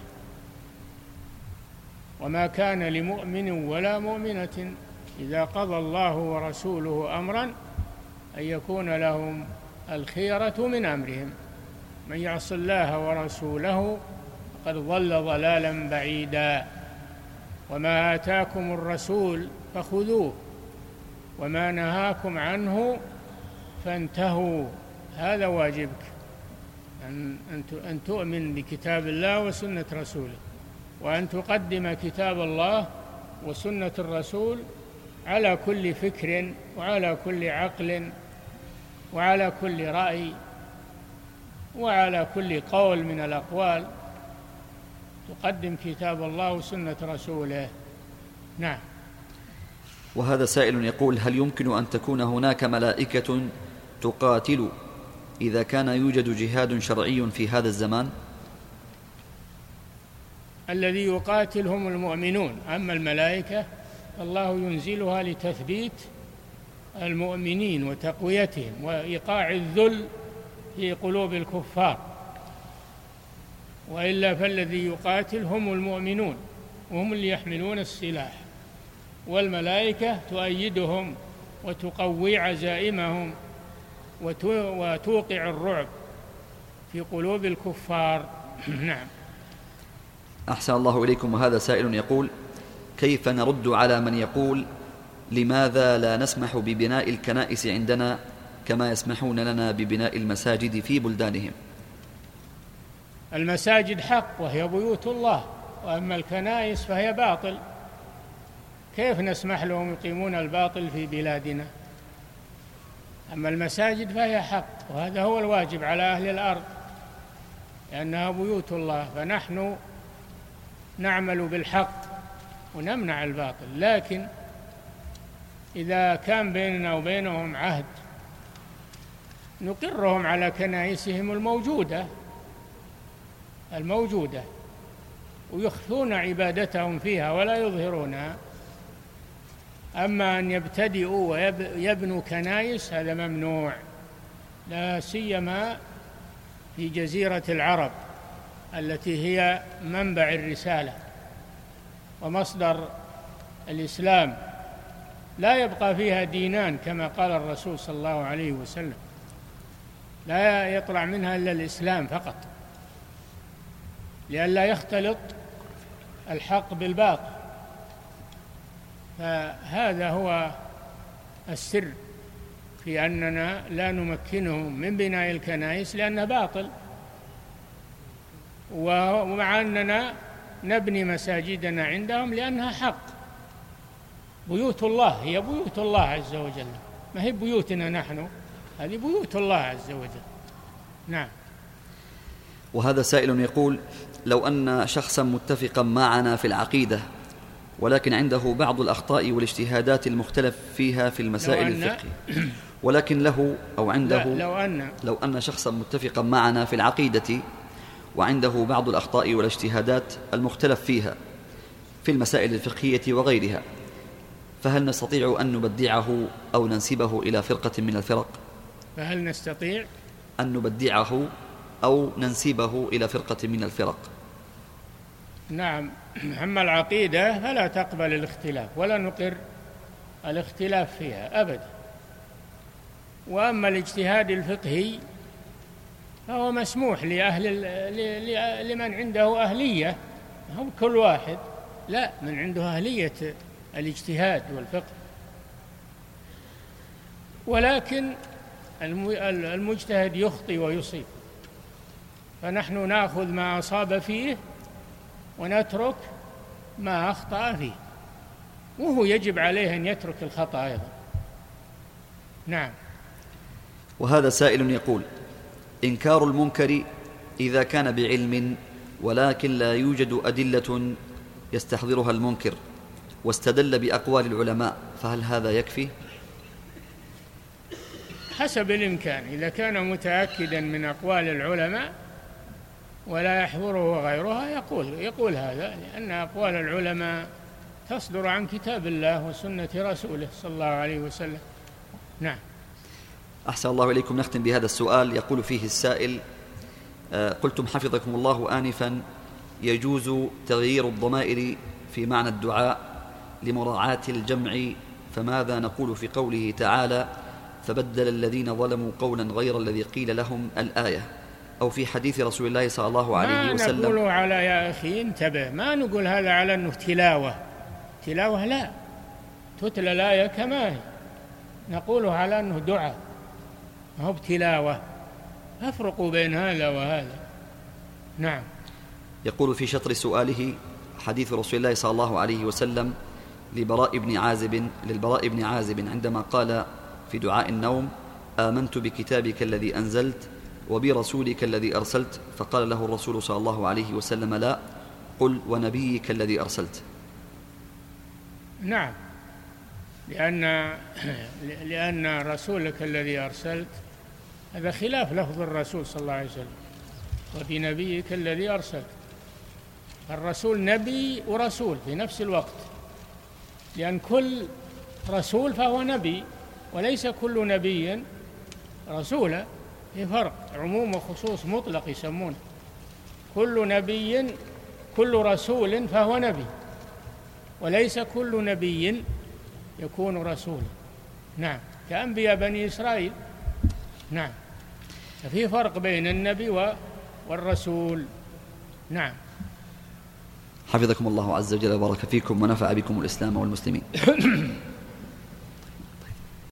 وما كان لمؤمن ولا مؤمنة إذا قضى الله ورسوله أمرا أن يكون لهم الخيرة من أمرهم، من يعص الله ورسوله فقد ضل ضلالا بعيدا. وما آتاكم الرسول فخذوه وما نهاكم عنه فانتهوا، هذا واجبك، أن, أن تؤمن بكتاب الله وسنة رسوله، وأن تقدم كتاب الله وسنة الرسول على كل فكر وعلى كل عقل وعلى كل رأي وعلى كل قول من الأقوال، تقدم كتاب الله وسنة رسوله. نعم. وهذا سائل يقول: هل يمكن أن تكون هناك ملائكة تقاتل إذا كان يوجد جهاد شرعي في هذا الزمان؟ الذي يقاتل هم المؤمنون، أما الملائكة الله ينزلها لتثبيت المؤمنين وتقويتهم وإيقاع الذل في قلوب الكفار، وإلا فالذي يقاتل هم المؤمنون وهم اللي يحملون السلاح، والملائكة تؤيدهم وتقوي عزائمهم وتوقع الرعب في قلوب الكفار. نعم. أحسن الله إليكم. وهذا سائل يقول: كيف نرد على من يقول لماذا لا نسمح ببناء الكنائس عندنا كما يسمحون لنا ببناء المساجد في بلدانهم؟ المساجد حق وهي بيوت الله، وأما الكنائس فهي باطل. كيف نسمح لهم يقيمون الباطل في بلادنا؟ أما المساجد فهي حق، وهذا هو الواجب على أهل الأرض لأنها بيوت الله، فنحن نعمل بالحق ونمنع الباطل. لكن إذا كان بيننا وبينهم عهد نقرهم على كنائسهم الموجودة الموجودة ويخفون عبادتهم فيها ولا يظهرونها. أما أن يبتدئوا ويبنوا كنائس هذا ممنوع، لا سيما في جزيرة العرب التي هي منبع الرسالة ومصدر الإسلام، لا يبقى فيها دينان كما قال الرسول صلى الله عليه وسلم، لا يطلع منها إلا الإسلام فقط، لئلا يختلط الحق بالباطل. فهذا هو السر في أننا لا نمكنهم من بناء الكنائس لأنه باطل، ومع أننا نبني مساجدنا عندهم لأنها حق. بيوت الله هي بيوت الله عز وجل، ما هي بيوتنا نحن، هذه بيوت الله عز وجل. نعم. وهذا سائل يقول: لو أن شخصا متفقا معنا في العقيدة ولكن عنده بعض الأخطاء والاجتهادات المختلف فيها في المسائل الفقهية، ولكن له أو عنده لو أن لو أن شخصا متفقا معنا في العقيدة وعنده بعض الأخطاء والاجتهادات المختلف فيها في المسائل الفقهية وغيرها، فهل نستطيع أن نبدعه أو ننسبه إلى فرقة من الفرق؟ فهل نستطيع أن نبدعه أو ننسبه إلى فرقة من الفرق؟ نعم. أما العقيدة فلا تقبل الاختلاف ولا نقر الاختلاف فيها أبدا. وأما الاجتهاد الفقهي فهو مسموح لأهل لمن عنده أهلية، هم كل واحد لا من عنده أهلية الاجتهاد والفقه، ولكن المجتهد يخطئ ويصيب، فنحن نأخذ ما أصاب فيه ونترك ما أخطأ فيه، وهو يجب عليه أن يترك الخطأ أيضا. نعم. وهذا سائل يقول: إنكار المنكر إذا كان بعلم ولكن لا يوجد أدلة يستحضرها المنكر واستدل بأقوال العلماء، فهل هذا يكفي؟ حسب الإمكان، إذا كان متأكدا من أقوال العلماء ولا يحضره غيرها يقول يقول هذا، لأن أقوال العلماء تصدر عن كتاب الله وسنة رسوله صلى الله عليه وسلم. نعم. أحسن الله إليكم. نختم بهذا السؤال، يقول فيه السائل: قلتم حفظكم الله آنفا يجوز تغيير الضمائر في معنى الدعاء لمراعاة الجمع، فماذا نقول في قوله تعالى: فبدل الذين ظلموا قولا غير الذي قيل لهم الآية، أو في حديث رسول الله صلى الله عليه وسلم؟ ما نقول على يا أخي انتبه، ما نقول هذا على أنه تلاوة تلاوة لا، تتلى الآية كما هي، نقوله على أنه دعاء ما هو بتلاوة، أفرقوا بين هذا وهذا. نعم. يقول في شطر سؤاله: حديث رسول الله صلى الله عليه وسلم لبراء بن عازب للبراء بن عازب عندما قال في دعاء النوم: آمنت بكتابك الذي أنزلت وبرسولك الذي أرسلت، فقال له الرسول صلى الله عليه وسلم: لا، قل ونبيك الذي أرسلت. نعم، لأن لأن رسولك الذي أرسلت هذا خلاف لفظ الرسول صلى الله عليه وسلم، وبنبيك الذي أرسلت. الرسول نبي ورسول في نفس الوقت، لأن كل رسول فهو نبي، وليس كل نبي رسولا، في فرق، عموم وخصوص مطلق يسمونه. كل نبي كل رسول فهو نبي، وليس كل نبي يكون رسولا. نعم، كأنبياء بني إسرائيل. نعم، في فرق بين النبي والرسول. نعم. حفظكم الله عز وجل وبارك فيكم ونفع بكم الإسلام والمسلمين.